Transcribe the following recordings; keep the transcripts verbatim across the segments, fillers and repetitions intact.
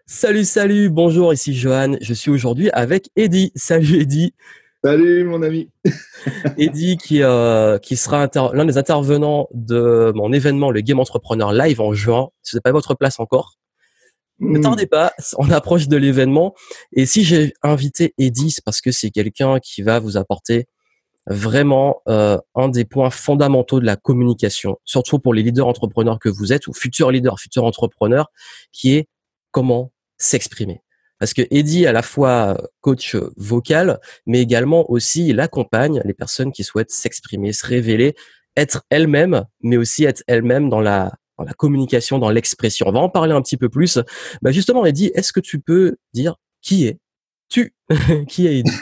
Salut, salut, bonjour, ici Johan. Je suis aujourd'hui avec Eddy. Salut Eddy. Salut mon ami. Eddy qui, euh, qui sera inter- l'un des intervenants de mon événement, le Game Entrepreneur Live en juin. Ce n'est pas votre place encore. Ne tardez Hmm. pas, on approche de l'événement. Et si j'ai invité Eddy, c'est parce que c'est quelqu'un qui va vous apporter vraiment euh, un des points fondamentaux de la communication, surtout pour les leaders entrepreneurs que vous êtes ou futurs leaders, futurs entrepreneurs, qui est comment s'exprimer. Parce que Eddy est à la fois coach vocal, mais également aussi il accompagne les personnes qui souhaitent s'exprimer, se révéler, être elles-mêmes, mais aussi être elles-mêmes dans la dans la communication, dans l'expression. On va en parler un petit peu plus. Bah justement, Eddy, est-ce que tu peux dire qui es-tu? Qui est Eddy?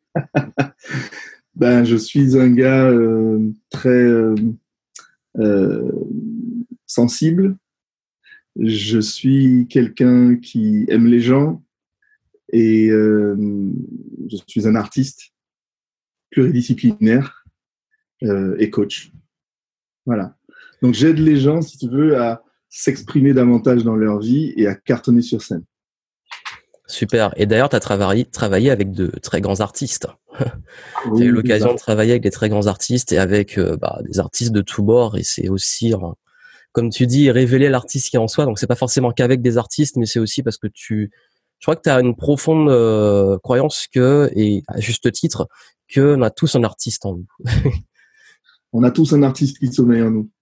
Ben, je suis un gars euh, très euh, euh, sensible. Je suis quelqu'un qui aime les gens et euh, je suis un artiste pluridisciplinaire euh, et coach. Voilà. Donc j'aide les gens, si tu veux, à s'exprimer davantage dans leur vie et à cartonner sur scène. Super. Et d'ailleurs, tu as travaillé, travaillé avec de très grands artistes. Tu as eu Oui, c'est l'occasion ça. de travailler avec des très grands artistes et avec euh, bah, des artistes de tous bords. Et c'est aussi, hein, comme tu dis, révéler l'artiste qui est en soi. Donc, c'est pas forcément qu'avec des artistes, mais c'est aussi parce que tu... Je crois que tu as une profonde euh, croyance que, et à juste titre, qu'on a tous un artiste en nous. On a tous un artiste qui sommeille en nous.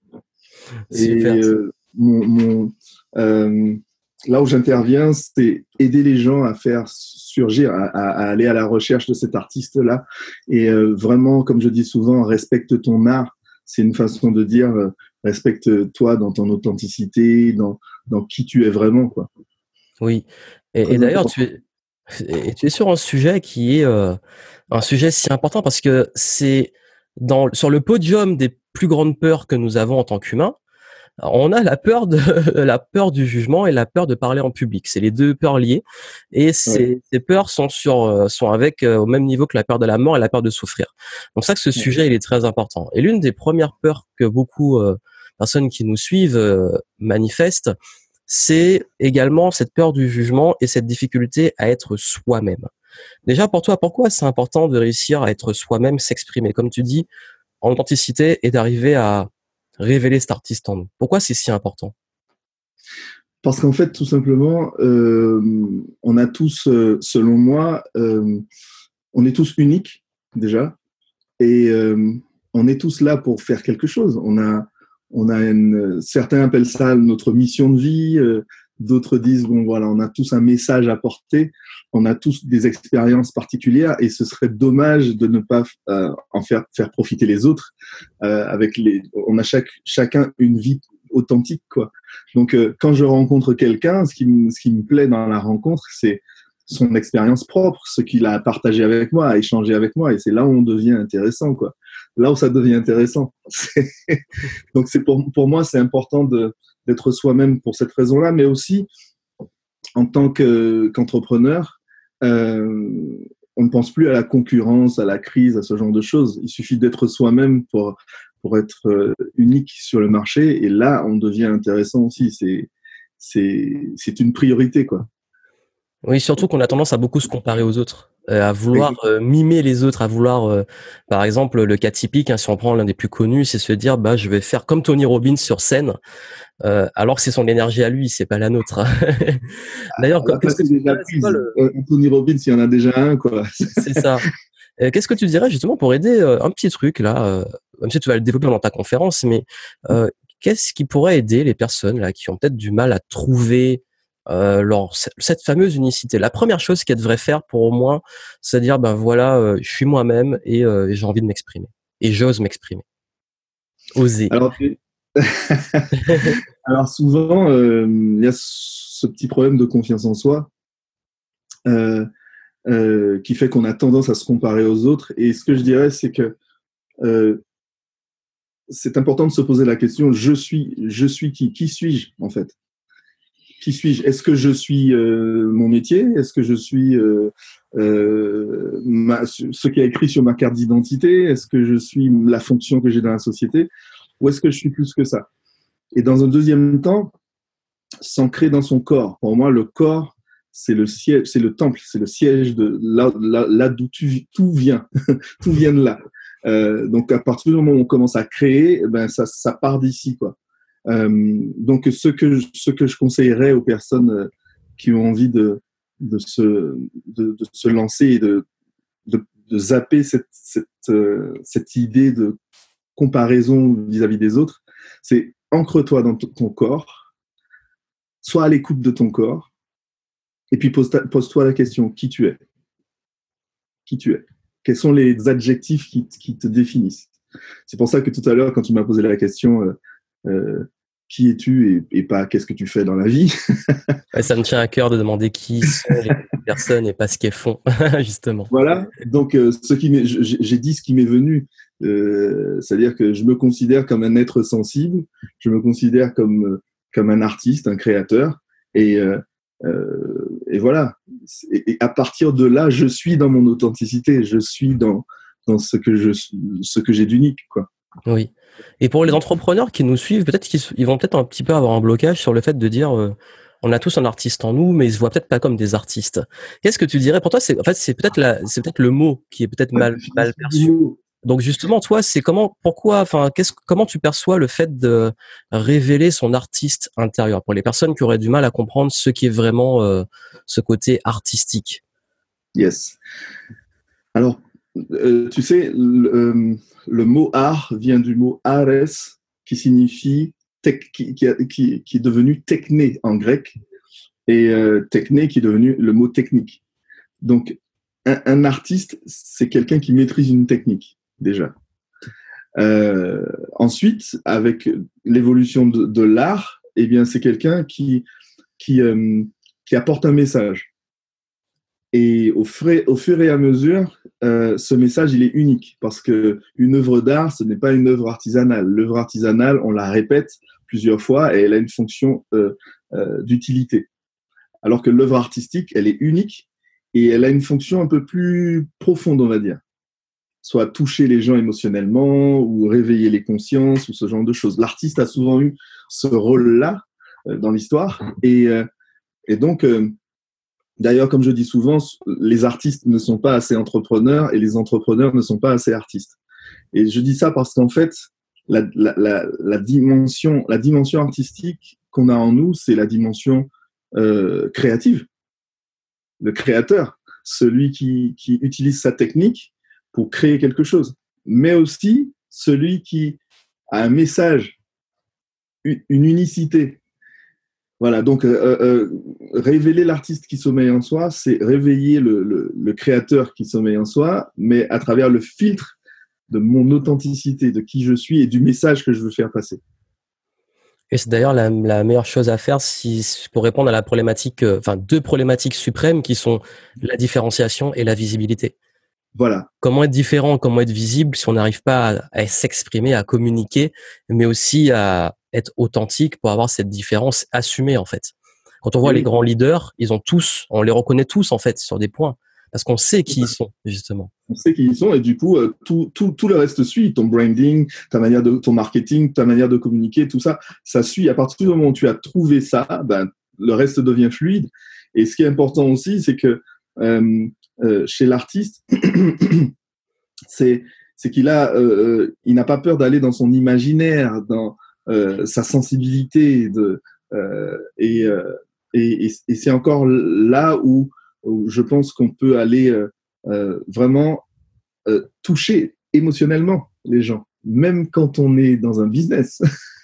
Et Super. euh, mon, mon, euh, là où j'interviens, c'est aider les gens à faire surgir, à, à aller à la recherche de cet artiste-là. Et euh, vraiment, comme je dis souvent, respecte ton art. C'est une façon de dire euh, respecte-toi dans ton authenticité, dans, dans qui tu es vraiment, quoi. Oui. Et, et Très d'ailleurs, tu important. es, et tu es sur un sujet qui est euh, un sujet si important parce que c'est dans, sur le podium des plus grandes peurs que nous avons en tant qu'humains. On a la peur de la peur du jugement et la peur de parler en public. C'est les deux peurs liées. Et Ouais, ces, ces peurs sont sur, euh, sont avec euh, au même niveau que la peur de la mort et la peur de souffrir. Donc ça que ce ouais. sujet il est très important. Et l'une des premières peurs que beaucoup euh, personnes qui nous suivent euh, manifestent, c'est également cette peur du jugement et cette difficulté à être soi-même. Déjà pour toi, pourquoi c'est important de réussir à être soi-même, s'exprimer, comme tu dis, en authenticité et d'arriver à révéler cet artiste en nous? Pourquoi c'est si important? Parce qu'en fait, tout simplement, euh, on a tous, euh, selon moi, euh, on est tous uniques déjà. Et euh, on est tous là pour faire quelque chose. On a, on a une, certains appellent ça notre mission de vie. Euh, d'autres disent bon voilà, on a tous un message à porter. On a tous des expériences particulières et ce serait dommage de ne pas euh, en faire faire profiter les autres. Euh, avec les, on a chaque, chacun une vie authentique quoi. Donc euh, quand je rencontre quelqu'un, ce qui, me, ce qui me plaît dans la rencontre, c'est son expérience propre, ce qu'il a partagé avec moi, a échangé avec moi, et c'est là où on devient intéressant, quoi. Là où ça devient intéressant. Donc c'est pour, pour moi, c'est important de, d'être soi-même pour cette raison-là, mais aussi en tant que, qu'entrepreneur, euh, on ne pense plus à la concurrence, à la crise, à ce genre de choses. Il suffit d'être soi-même pour, pour être euh, unique sur le marché, et là, on devient intéressant aussi. C'est, c'est, c'est une priorité, quoi. Oui, surtout qu'on a tendance à beaucoup se comparer aux autres, euh, à vouloir euh, mimer les autres, à vouloir, euh, par exemple, le cas typique, hein, si on prend l'un des plus connus, c'est se dire, bah, je vais faire comme Tony Robbins sur scène, euh, alors que c'est son énergie à lui, c'est pas la nôtre. D'ailleurs, Là, qu'est-ce que c'est tu déjà dirais, c'est quoi quiz. le, Euh, Anthony Robbins, il y en a déjà un, quoi. c'est ça. Euh, qu'est-ce que tu dirais justement pour aider euh, un petit truc là, euh, même si tu vas le développer dans ta conférence, mais euh, qu'est-ce qui pourrait aider les personnes là qui ont peut-être du mal à trouver euh, leur cette fameuse unicité? La première chose qu'elles devraient faire pour au moins se dire ben voilà, euh, je suis moi-même et euh, j'ai envie de m'exprimer et j'ose m'exprimer, oser. Alors, alors souvent, euh, il y a ce petit problème de confiance en soi euh, euh, qui fait qu'on a tendance à se comparer aux autres. Et ce que je dirais, c'est que euh, c'est important de se poser la question, je suis, je suis qui? Qui suis-je, en fait? Qui suis-je? Est-ce que je suis euh, mon métier? Est-ce que je suis euh, euh, ma, ce qui est écrit sur ma carte d'identité? Est-ce que je suis la fonction que j'ai dans la société? Ou est-ce que je suis plus que ça? Et dans un deuxième temps, s'ancrer dans son corps. Pour moi, le corps, c'est le siège, c'est le temple, c'est le siège de là, là, là d'où tu, tout vient, tout vient de là. Euh, donc à partir du moment où on commence à créer, ben ça, ça part d'ici, quoi. Euh, donc ce que je, ce que je conseillerais aux personnes qui ont envie de de se de, de se lancer et de de, de zapper cette cette euh, cette idée de comparaison vis-à-vis des autres, c'est ancre-toi dans t- ton corps, sois à l'écoute de ton corps, et puis pose ta, pose-toi la question, qui tu es? Qui tu es? Quels sont les adjectifs qui, qui te définissent? C'est pour ça que tout à l'heure, quand tu m'as posé la question, euh, euh, qui es-tu et, et pas qu'est-ce que tu fais dans la vie? Ouais, ça me tient à cœur de demander qui sont les personnes et pas ce qu'elles font, justement. Voilà. Donc, euh, ce qui m'est, j'ai, j'ai dit ce qui m'est venu, euh, c'est-à-dire que je me considère comme un être sensible, je me considère comme comme un artiste, un créateur, et euh, euh, et voilà. Et, et à partir de là, je suis dans mon authenticité, je suis dans dans ce que je ce que j'ai d'unique, quoi. Oui. Et pour les entrepreneurs qui nous suivent, peut-être qu'ils ils vont peut-être un petit peu avoir un blocage sur le fait de dire euh, on a tous un artiste en nous, mais ils se voient peut-être pas comme des artistes. Qu'est-ce que tu dirais pour toi? C'est en fait c'est peut-être la c'est peut-être le mot qui est peut-être mal mal perçu. Donc justement, toi, c'est comment, pourquoi, enfin, qu'est-ce, comment tu perçois le fait de révéler son artiste intérieur pour les personnes qui auraient du mal à comprendre ce qui est vraiment euh, ce côté artistique? Yes. Alors, euh, tu sais, le, euh, le mot art vient du mot ares, qui signifie tec, qui, qui, qui, qui est devenu techné en grec, et euh, techné qui est devenu le mot technique. Donc, un, un artiste, c'est quelqu'un qui maîtrise une technique déjà. Euh, ensuite, avec l'évolution de, de l'art, eh bien, c'est quelqu'un qui qui euh, qui apporte un message. Et au fur, au fur et à mesure, euh, ce message, il est unique parce que une œuvre d'art, ce n'est pas une œuvre artisanale. L'œuvre artisanale, on la répète plusieurs fois et elle a une fonction euh, euh, d'utilité. Alors que l'œuvre artistique, elle est unique et elle a une fonction un peu plus profonde, on va dire. Soit toucher les gens émotionnellement ou réveiller les consciences ou ce genre de choses. L'artiste a souvent eu ce rôle-là euh, dans l'histoire et, euh, et donc... Euh, D'ailleurs, comme je dis souvent, les artistes ne sont pas assez entrepreneurs et les entrepreneurs ne sont pas assez artistes. Et je dis ça parce qu'en fait, la, la, la, la, dimension, la dimension artistique qu'on a en nous, c'est la dimension euh, créative. Le créateur, celui qui, qui utilise sa technique pour créer quelque chose. Mais aussi celui qui a un message, une, une unicité. Voilà, donc euh, euh, révéler l'artiste qui sommeille en soi, c'est réveiller le, le, le créateur qui sommeille en soi, mais à travers le filtre de mon authenticité, de qui je suis et du message que je veux faire passer. Et c'est d'ailleurs la, la meilleure chose à faire si, pour répondre à la problématique, euh, enfin deux problématiques suprêmes qui sont la différenciation et la visibilité. Voilà. Comment être différent, comment être visible si on n'arrive pas à, à s'exprimer, à communiquer, mais aussi à être authentique pour avoir cette différence assumée en fait. Quand on voit oui. les grands leaders, ils ont tous, on les reconnaît tous en fait sur des points parce qu'on sait qui ils sont justement. On sait qui ils sont et du coup euh, tout tout tout le reste suit, ton branding, ta manière de ton marketing, ta manière de communiquer, tout ça, ça suit. À partir du moment où tu as trouvé ça, ben le reste devient fluide. Et ce qui est important aussi, c'est que euh, euh, chez l'artiste, c'est c'est qu'il a euh, il n'a pas peur d'aller dans son imaginaire, dans euh, sa sensibilité de euh, et, euh, et, et et c'est encore là où, où je pense qu'on peut aller euh, euh, vraiment euh, toucher émotionnellement les gens, même quand on est dans un business.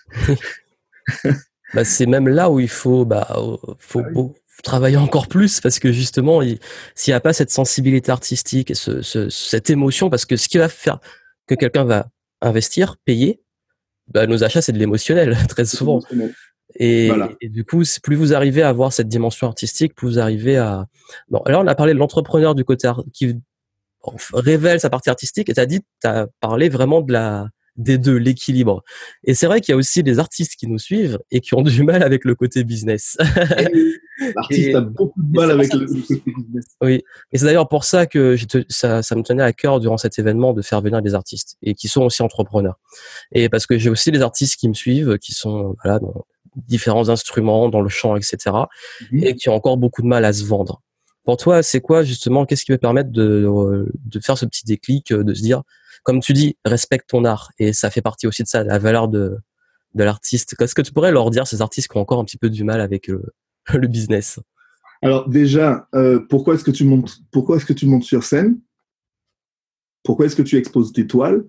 Bah, c'est même là où il faut bah faut, ah oui. faut travailler encore plus parce que justement il, s'il n'y a pas cette sensibilité artistique et ce, ce, cette émotion, parce que ce qui va faire que quelqu'un va investir, payer, bah, nos achats c'est de l'émotionnel très souvent. Et, voilà. et du coup, plus vous arrivez à avoir cette dimension artistique, plus vous arrivez à... Bon, alors on a parlé de l'entrepreneur du côté art... qui bon, révèle sa partie artistique, et tu as dit, tu as parlé vraiment de la des deux, l'équilibre. Et c'est vrai qu'il y a aussi des artistes qui nous suivent et qui ont du mal avec le côté business. L'artiste et, a beaucoup de mal avec le côté business. Oui, et c'est d'ailleurs pour ça que je te, ça, ça me tenait à cœur durant cet événement de faire venir des artistes et qui sont aussi entrepreneurs. Et parce que j'ai aussi des artistes qui me suivent, qui sont voilà, dans différents instruments dans le chant, et cetera, Mhm. et qui ont encore beaucoup de mal à se vendre. Pour toi, c'est quoi justement, qu'est-ce qui peut permettre de, de faire ce petit déclic, de se dire, comme tu dis, respecte ton art, et ça fait partie aussi de ça, la valeur de, de l'artiste. Qu'est-ce que tu pourrais leur dire, ces artistes qui ont encore un petit peu du mal avec le, le business? Alors déjà, euh, pourquoi est-ce que tu montes, pourquoi est-ce que tu montes sur scène? Pourquoi est-ce que tu exposes tes toiles?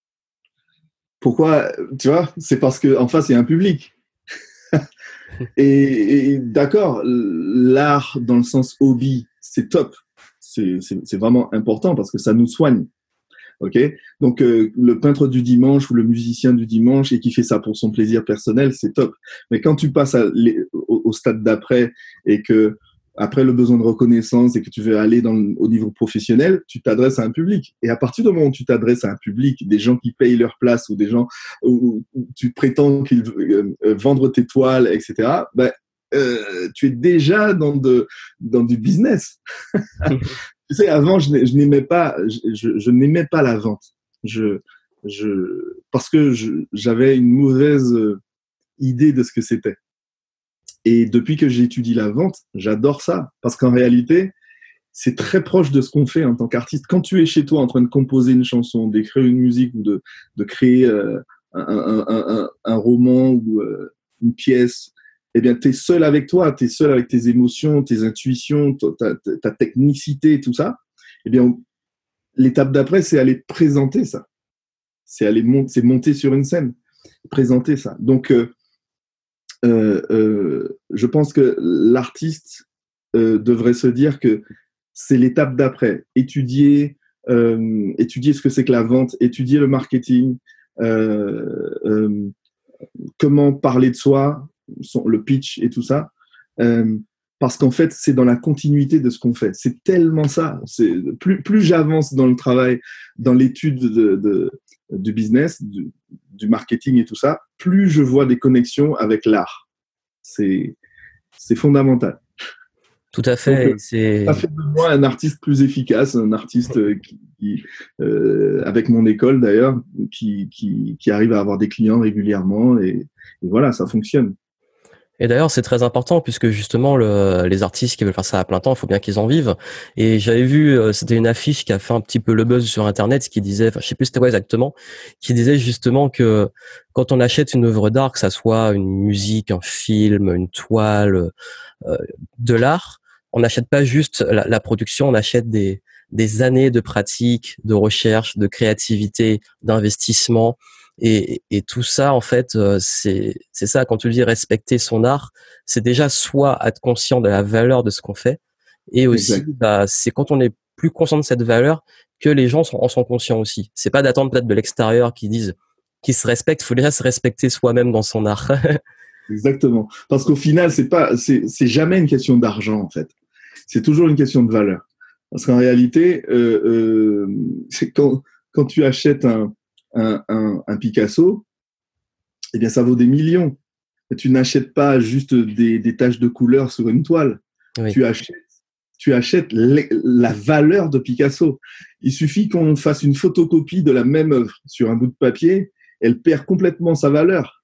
Pourquoi, tu vois, c'est parce que en face il y a un public. et, et d'accord, l'art dans le sens hobby, c'est top, c'est, c'est, c'est vraiment important parce que ça nous soigne. Ok, donc euh, le peintre du dimanche ou le musicien du dimanche et qui fait ça pour son plaisir personnel, c'est top. Mais quand tu passes à les, au, au stade d'après et que après le besoin de reconnaissance et que tu veux aller dans le, au niveau professionnel, tu t'adresses à un public. Et à partir du moment où tu t'adresses à un public, des gens qui payent leur place ou des gens où, où tu prétends qu'ils euh, euh, vendre tes toiles, et cetera. Ben, euh, tu es déjà dans de dans du business. Tu sais, avant, je, n'aimais pas, je, je, je n'aimais pas la vente. Je, je, parce que je, j'avais une mauvaise idée de ce que c'était. Et depuis que j'étudie la vente, j'adore ça. Parce qu'en réalité, c'est très proche de ce qu'on fait en tant qu'artiste. Quand tu es chez toi en train de composer une chanson, d'écrire une musique ou de, de créer euh, un, un, un, un, un roman ou euh, une pièce, eh bien, tu es seul avec toi, tu es seul avec tes émotions, tes intuitions, ta, ta, ta technicité, tout ça. Eh bien, l'étape d'après, c'est aller présenter ça. C'est aller mon- c'est monter sur une scène, présenter ça. Donc, euh, euh, euh, je pense que l'artiste euh, devrait se dire que c'est l'étape d'après. Étudier, euh, étudier ce que c'est que la vente, étudier le marketing, euh, euh, comment parler de soi, son, le pitch et tout ça. Euh, parce qu'en fait, c'est dans la continuité de ce qu'on fait. C'est tellement ça. C'est, plus, plus j'avance dans le travail, dans l'étude de, de, du business, du, du marketing et tout ça, plus je vois des connexions avec l'art. C'est, c'est fondamental. Tout à Donc, fait. C'est... ça fait de moi un artiste plus efficace, un artiste qui, qui euh, avec mon école d'ailleurs, qui, qui, qui arrive à avoir des clients régulièrement et, et voilà, ça fonctionne. Et d'ailleurs, c'est très important puisque justement, le, les artistes qui veulent faire ça à plein temps, il faut bien qu'ils en vivent. Et j'avais vu, euh, c'était une affiche qui a fait un petit peu le buzz sur Internet, qui disait, enfin, je sais plus c'était quoi exactement, qui disait justement que quand on achète une œuvre d'art, que ça soit une musique, un film, une toile, euh, de l'art, on n'achète pas juste la, la production, on achète des, des années de pratique, de recherche, de créativité, d'investissement. Et, et tout ça, en fait, euh, c'est, c'est ça, quand tu dis respecter son art, c'est déjà soit être conscient de la valeur de ce qu'on fait, et aussi, bah, c'est quand on est plus conscient de cette valeur que les gens sont, en sont conscients aussi. C'est pas d'attendre peut-être de l'extérieur qui disent, qui se respectent, il faut déjà se respecter soi-même dans son art. Exactement. Parce qu'au final, c'est pas, c'est, c'est jamais une question d'argent, en fait. C'est toujours une question de valeur. Parce qu'en réalité, euh, euh, c'est quand, quand tu achètes un, un, un, un Picasso, eh bien, ça vaut des millions. Et tu n'achètes pas juste des, des taches de couleur sur une toile. Oui. Tu achètes, tu achètes les, la valeur de Picasso. Il suffit qu'on fasse une photocopie de la même œuvre sur un bout de papier, elle perd complètement sa valeur.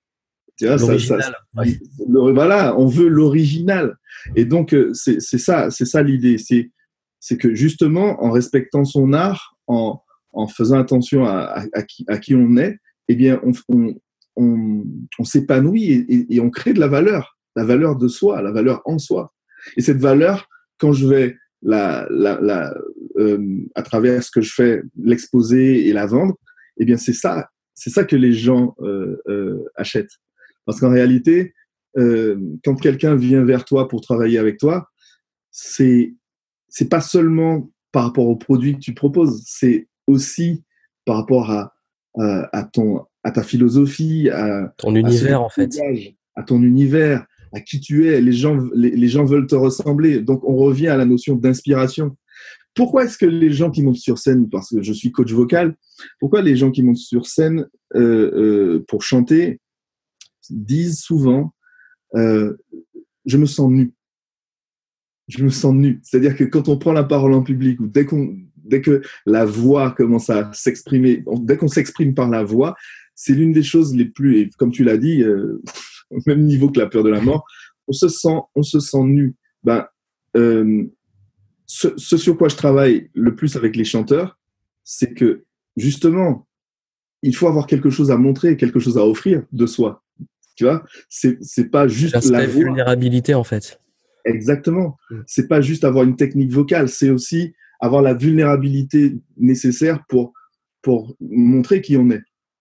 Tu vois, ça, ça, oui. le, voilà, on veut l'original. Et donc, c'est, c'est ça, c'est ça l'idée. C'est, c'est que justement, en respectant son art, en, en faisant attention à, à, à, qui, à qui on est, eh bien, on, on, on, on s'épanouit et, et, et on crée de la valeur, la valeur de soi, la valeur en soi. Et cette valeur, quand je vais la, la, la, euh, à travers ce que je fais, l'exposer et la vendre, eh bien, c'est ça, c'est ça que les gens euh, euh, achètent. Parce qu'en réalité, euh, quand quelqu'un vient vers toi pour travailler avec toi, c'est c'est pas seulement par rapport au produit que tu proposes, c'est aussi par rapport à, à, à ton à ta philosophie, à ton à univers en fait, à ton univers, à qui tu es. Les gens les, les gens veulent te ressembler. Donc on revient à la notion d'inspiration. Pourquoi est-ce que les gens qui montent sur scène, parce que je suis coach vocal, pourquoi les gens qui montent sur scène euh, euh, pour chanter disent souvent euh, je me sens nu. Je me sens nu. C'est-à-dire que quand on prend la parole en public ou dès qu'on, dès que la voix commence à s'exprimer, dès qu'on s'exprime par la voix, c'est l'une des choses les plus, et comme tu l'as dit, euh, au même niveau que la peur de la mort, on se sent, on se sent nu. Ben, euh, ce, ce sur quoi je travaille le plus avec les chanteurs, c'est que justement, il faut avoir quelque chose à montrer, quelque chose à offrir de soi. Tu vois, c'est c'est pas juste la voix. Vulnérabilité en fait. Exactement. Mm. C'est pas juste avoir une technique vocale, c'est aussi avoir la vulnérabilité nécessaire pour pour montrer qui on est.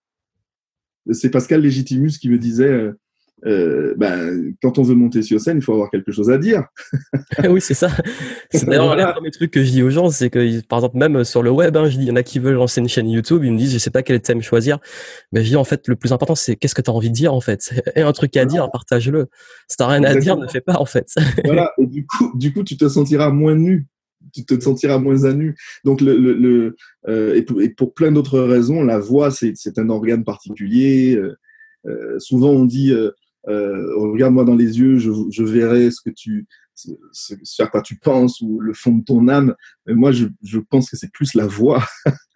C'est Pascal Légitimus qui me disait, euh, euh, ben, quand on veut monter sur scène, il faut avoir quelque chose à dire. Oui, c'est ça. C'est d'ailleurs voilà. Un des premiers trucs que je dis aux gens, c'est que, par exemple, même sur le web, hein, je dis, il y en a qui veulent lancer une chaîne YouTube, ils me disent, je sais pas quel thème choisir. Mais je dis, en fait, le plus important, c'est qu'est-ce que tu as envie de dire, en fait. Et un truc à voilà. dire, partage-le. Si t'as rien Exactement. à dire, ne fais pas, en fait. Voilà. Et du coup, du coup, tu te sentiras moins nu. Tu te sentiras moins à nu. Donc, le, le, le euh, et, pour, et pour plein d'autres raisons, la voix, c'est, c'est un organe particulier. Euh, souvent, on dit, euh, euh, regarde-moi dans les yeux, je, je verrai ce que tu, ce, ce à quoi tu penses ou le fond de ton âme. Mais moi, je, je pense que c'est plus la voix.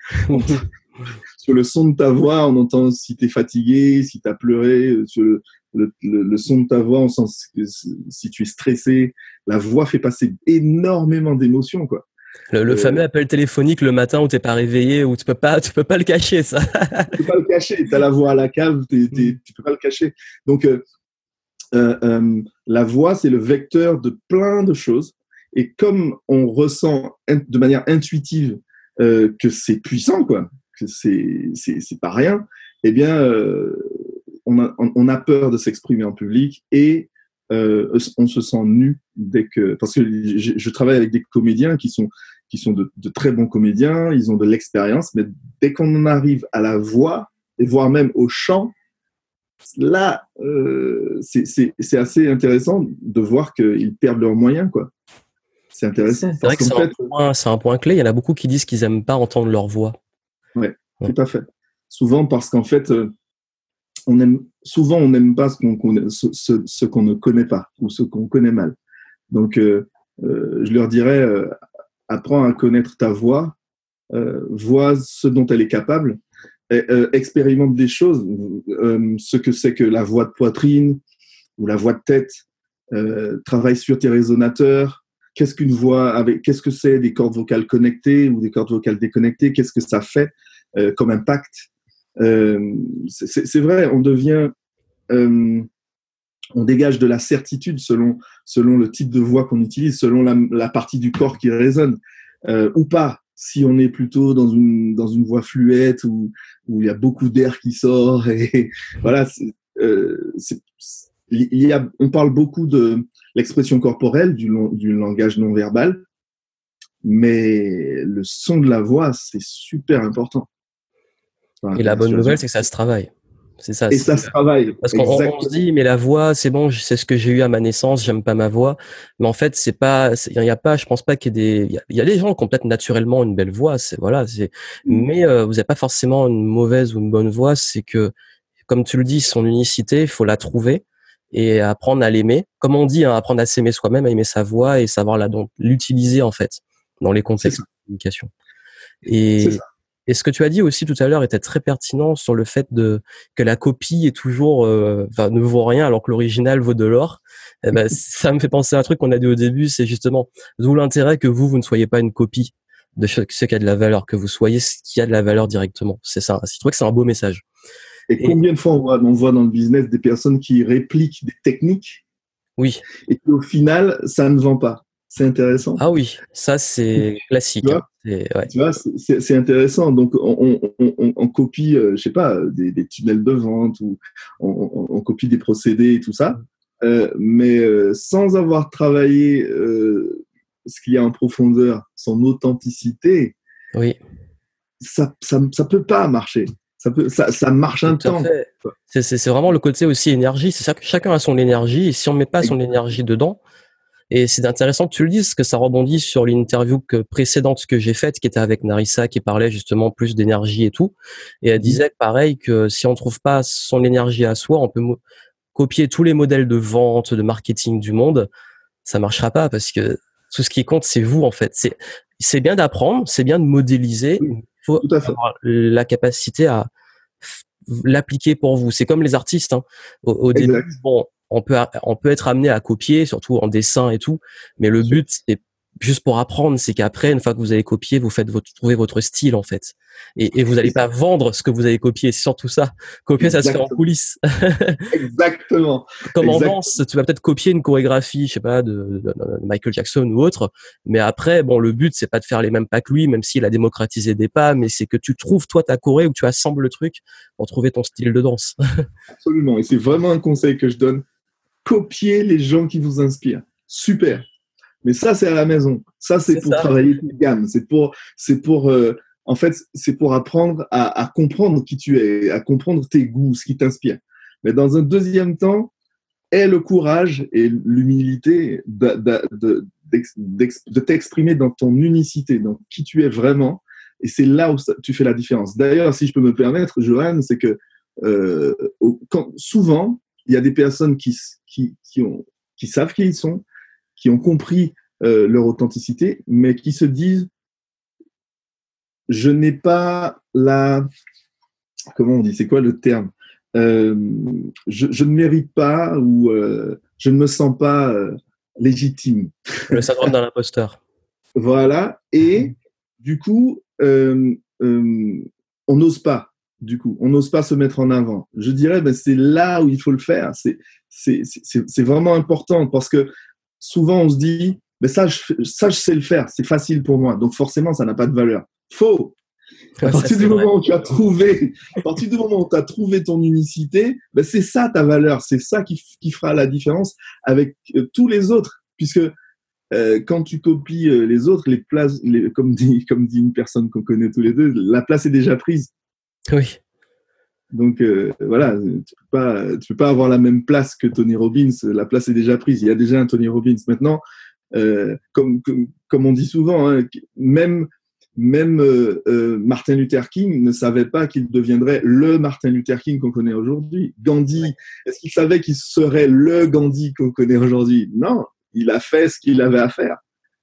Sur le son de ta voix, on entend si tu es fatigué, si tu as pleuré. Sur le, le, le, le son de ta voix, on sent si tu es stressé. La voix fait passer énormément d'émotions, quoi. Le, le euh, fameux appel téléphonique le matin où t'es pas réveillé, où tu peux pas, tu peux pas le cacher, ça. Tu peux pas le cacher. T'as la voix à la cave, t'es, t'es, tu peux pas le cacher. Donc, euh, euh, euh, la voix, c'est le vecteur de plein de choses. Et comme on ressent de manière intuitive euh, que c'est puissant, quoi, que c'est, c'est, c'est pas rien, eh bien, euh, on a, on a peur de s'exprimer en public et euh, on se sent nu dès que, parce que je, je travaille avec des comédiens qui sont qui sont de, de très bons comédiens, ils ont de l'expérience, mais dès qu'on en arrive à la voix et voire même au chant, là, euh, c'est, c'est, c'est assez intéressant de voir qu'ils perdent leurs moyens, quoi. C'est intéressant. C'est vrai que c'est, fait, un point, c'est un point clé. Il y en a beaucoup qui disent qu'ils n'aiment pas entendre leur voix. Ouais, ouais, tout à fait. Souvent parce qu'en fait, euh, on aime, souvent on n'aime pas ce qu'on, qu'on, ce, ce, ce qu'on ne connaît pas ou ce qu'on connaît mal. Donc, euh, euh, je leur dirais, euh, apprends à connaître ta voix, euh, vois ce dont elle est capable, et, euh, expérimente des choses, euh, ce que c'est que la voix de poitrine ou la voix de tête, euh, travaille sur tes résonateurs. Qu'est-ce qu'une voix avec, qu'est-ce que c'est des cordes vocales connectées ou des cordes vocales déconnectées? Qu'est-ce que ça fait euh, comme impact? Euh, c'est, c'est, c'est vrai, on devient, euh, on dégage de la certitude selon selon le type de voix qu'on utilise, selon la, la partie du corps qui résonne euh, ou pas. Si on est plutôt dans une dans une voix fluette où où il y a beaucoup d'air qui sort et voilà, c'est, euh, c'est, il y a, on parle beaucoup de l'expression corporelle, du, du langage non verbal, mais le son de la voix, c'est super important. Enfin, et la bonne nouvelle, c'est que ça se travaille. C'est ça. Et c'est... ça se travaille. Parce qu'on on se dit, mais la voix, c'est bon, c'est ce que j'ai eu à ma naissance, j'aime pas ma voix. Mais en fait, c'est pas, il y a pas, je pense pas qu'il y ait des, il y a, il y a des gens qui ont peut-être naturellement une belle voix, c'est voilà, c'est, mmh. mais euh, vous n'avez pas forcément une mauvaise ou une bonne voix, c'est que, comme tu le dis, son unicité, il faut la trouver et apprendre à l'aimer. Comme on dit, hein, apprendre à s'aimer soi-même, à aimer sa voix et savoir la, donc, l'utiliser en fait dans les contextes de communication. Et c'est ça. Et ce que tu as dit aussi tout à l'heure était très pertinent sur le fait de que la copie est toujours, euh, enfin, ne vaut rien alors que l'original vaut de l'or. Eh ben, ça me fait penser à un truc qu'on a dit au début, c'est justement d'où l'intérêt que vous, vous ne soyez pas une copie de ce qui a de la valeur, que vous soyez ce qui a de la valeur directement. C'est ça. Je trouve que c'est un beau message. Et, et combien de fois on voit, on voit dans le business des personnes qui répliquent des techniques, oui, et puis au final, ça ne vend pas. C'est intéressant. Ah oui, ça c'est classique. Tu vois, c'est, ouais. tu vois, c'est, c'est intéressant. Donc on, on, on, on copie, euh, je sais pas, des, des tunnels de vente ou on, on, on copie des procédés et tout ça, euh, mais euh, sans avoir travaillé euh, ce qu'il y a en profondeur, son authenticité. Oui. Ça, ça, ça peut pas marcher. Ça peut, ça, ça marche un temps. C'est, c'est, c'est vraiment le côté aussi énergie. C'est ça que chacun a son énergie et si on met pas son énergie dedans. Et c'est intéressant que tu le dises, parce que ça rebondit sur l'interview que, précédente que j'ai faite, qui était avec Narissa, qui parlait justement plus d'énergie et tout. Et elle disait pareil que si on trouve pas son énergie à soi, on peut mo- copier tous les modèles de vente, de marketing du monde. Ça marchera pas parce que tout ce qui compte, c'est vous, en fait. C'est, c'est bien d'apprendre, c'est bien de modéliser. Oui, il faut avoir la capacité à l'appliquer pour vous. C'est comme les artistes, hein. Au, au début, bon, on peut, on peut être amené à copier, surtout en dessin et tout, mais le but, c'est juste pour apprendre, c'est qu'après, une fois que vous avez copié, vous faites votre, trouver votre style, en fait. Et, et vous n'allez pas vendre ce que vous avez copié, c'est surtout ça. Copier, Exactement. Ça se fait en coulisses. Exactement. Comme en Exactement. danse, tu vas peut-être copier une chorégraphie, je sais pas, de, de, de Michael Jackson ou autre, mais après, bon, le but, c'est pas de faire les mêmes pas que lui, même s'il a démocratisé des pas, mais c'est que tu trouves, toi, ta choré, ou tu assembles le truc pour trouver ton style de danse. Absolument. Et c'est vraiment un conseil que je donne. Copiez les gens qui vous inspirent. Super. Mais ça, c'est à la maison. Ça, c'est, c'est pour ça. Travailler tes gammes. C'est pour, c'est pour, euh, en fait, c'est pour apprendre à, à comprendre qui tu es, à comprendre tes goûts, ce qui t'inspire. Mais dans un deuxième temps, aie le courage et l'humilité de, de, de, d'ex, de t'exprimer dans ton unicité, dans qui tu es vraiment. Et c'est là où ça, tu fais la différence. D'ailleurs, si je peux me permettre, Johan, c'est que euh, quand, souvent, il y a des personnes qui, qui, qui, ont, qui savent qui ils sont, qui ont compris euh, leur authenticité, mais qui se disent « je n'ai pas la… » Comment on dit ? C'est quoi le terme ? euh, je, je ne mérite pas ou euh, je ne me sens pas euh, légitime. Le syndrome d'un imposteur. Voilà. Et du coup, euh, euh, on n'ose pas. Du coup, on n'ose pas se mettre en avant. Je dirais, ben, c'est là où il faut le faire. C'est, c'est, c'est, c'est vraiment important parce que souvent, on se dit, ben ça, je, ça, je sais le faire, c'est facile pour moi. Donc, forcément, ça n'a pas de valeur. Faux. À ouais, partir ça, du moment vrai. où tu as trouvé, à partir du moment où tu as trouvé ton unicité, ben c'est ça ta valeur. C'est ça qui, qui fera la différence avec euh, tous les autres. Puisque euh, quand tu copies euh, les autres, les places, les, comme, dit, comme dit une personne qu'on connaît tous les deux, la place est déjà prise. Oui. Donc euh, voilà, tu peux pas, tu peux pas avoir la même place que Tony Robbins. La place est déjà prise. Il y a déjà un Tony Robbins. Maintenant, euh, comme, comme comme on dit souvent, hein, même même euh, euh, Martin Luther King ne savait pas qu'il deviendrait le Martin Luther King qu'on connaît aujourd'hui. Gandhi, ouais. Est-ce qu'il savait qu'il serait le Gandhi qu'on connaît aujourd'hui ? Non, il a fait ce qu'il avait à faire.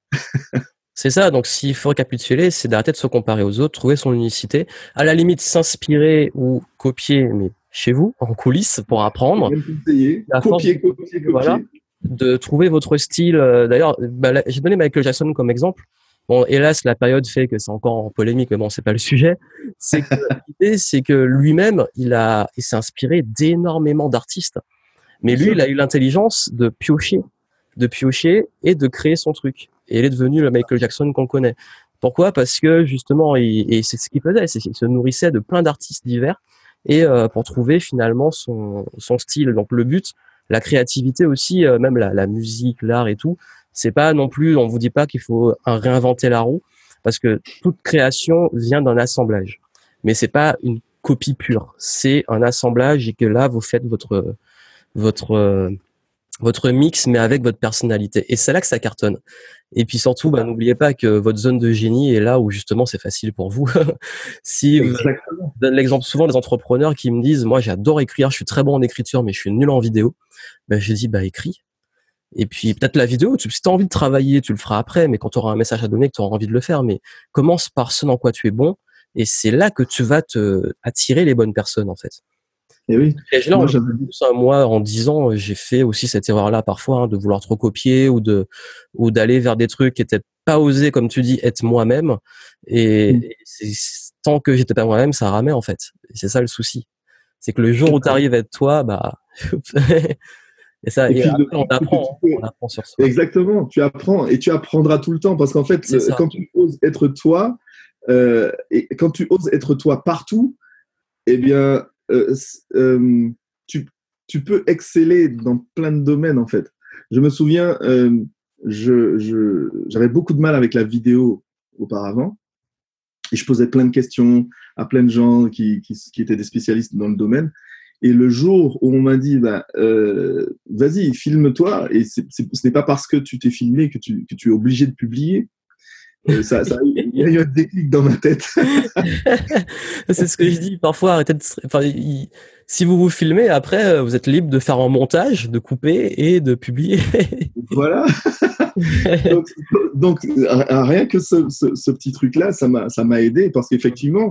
C'est ça, donc s'il faut récapituler, c'est d'arrêter de se comparer aux autres, trouver son unicité, à la limite s'inspirer ou copier, mais chez vous, en coulisses, pour apprendre. Copier, copier, copier, copier. Voilà, de trouver votre style. D'ailleurs, bah, là, j'ai donné Michael Jackson comme exemple. Bon, hélas, la période fait que c'est encore en polémique, mais bon, c'est pas le sujet. C'est que l'idée, c'est que lui-même, il a, il s'est inspiré d'énormément d'artistes. Mais lui, il a eu l'intelligence de piocher, de piocher et de créer son truc. Et il est devenu le Michael Jackson qu'on connaît. Pourquoi ? Parce que justement, il, et c'est ce qu'il faisait, c'est qu'il se nourrissait de plein d'artistes divers et euh, pour trouver finalement son, son style. Donc le but, la créativité aussi, euh, même la, la musique, l'art et tout, c'est pas non plus, on vous dit pas qu'il faut réinventer la roue, parce que toute création vient d'un assemblage. Mais c'est pas une copie pure, c'est un assemblage et que là vous faites votre votre euh, votre mix, mais avec votre personnalité. Et c'est là que ça cartonne. Et puis surtout, bah, n'oubliez pas que votre zone de génie est là où justement c'est facile pour vous. Si vous, je donne l'exemple souvent des entrepreneurs qui me disent, moi j'adore écrire, je suis très bon en écriture, mais je suis nul en vidéo. Ben je dis, bah écris. Et puis peut-être la vidéo, tu, si tu as envie de travailler, tu le feras après, mais quand tu auras un message à donner, que tu auras envie de le faire, mais commence par ce dans quoi tu es bon, et c'est là que tu vas te attirer les bonnes personnes en fait. Et oui. Et là, moi, ça, moi, en dix ans, j'ai fait aussi cette erreur-là parfois, hein, de vouloir trop copier ou de ou d'aller vers des trucs qui étaient pas osés, comme tu dis, être moi-même. Et, mmh. et c'est, tant que j'étais pas moi-même, ça ramait en fait. Et c'est ça le souci, c'est que le jour où tu arrives à être toi, bah et ça. Et, et puis, après, on apprend, peux... on apprend sur soi. Exactement, tu apprends et tu apprendras tout le temps parce qu'en fait, euh, quand tu oses être toi euh, et quand tu oses être toi partout, eh bien Euh, euh, tu, tu peux exceller dans plein de domaines en fait. Je me souviens, euh, je, je, j'avais beaucoup de mal avec la vidéo auparavant et je posais plein de questions à plein de gens qui, qui, qui étaient des spécialistes dans le domaine. Et le jour où on m'a dit, bah, euh, vas-y, filme-toi, et c'est, c'est, ce n'est pas parce que tu t'es filmé que tu, que tu es obligé de publier. Euh, ça, ça, il y a eu un déclic dans ma tête. C'est ce que je dis parfois. Arrêtez de, enfin, il, si vous vous filmez, après, vous êtes libre de faire un montage, de couper et de publier. Voilà. donc, donc, rien que ce, ce, ce petit truc-là, ça m'a, ça m'a aidé parce qu'effectivement,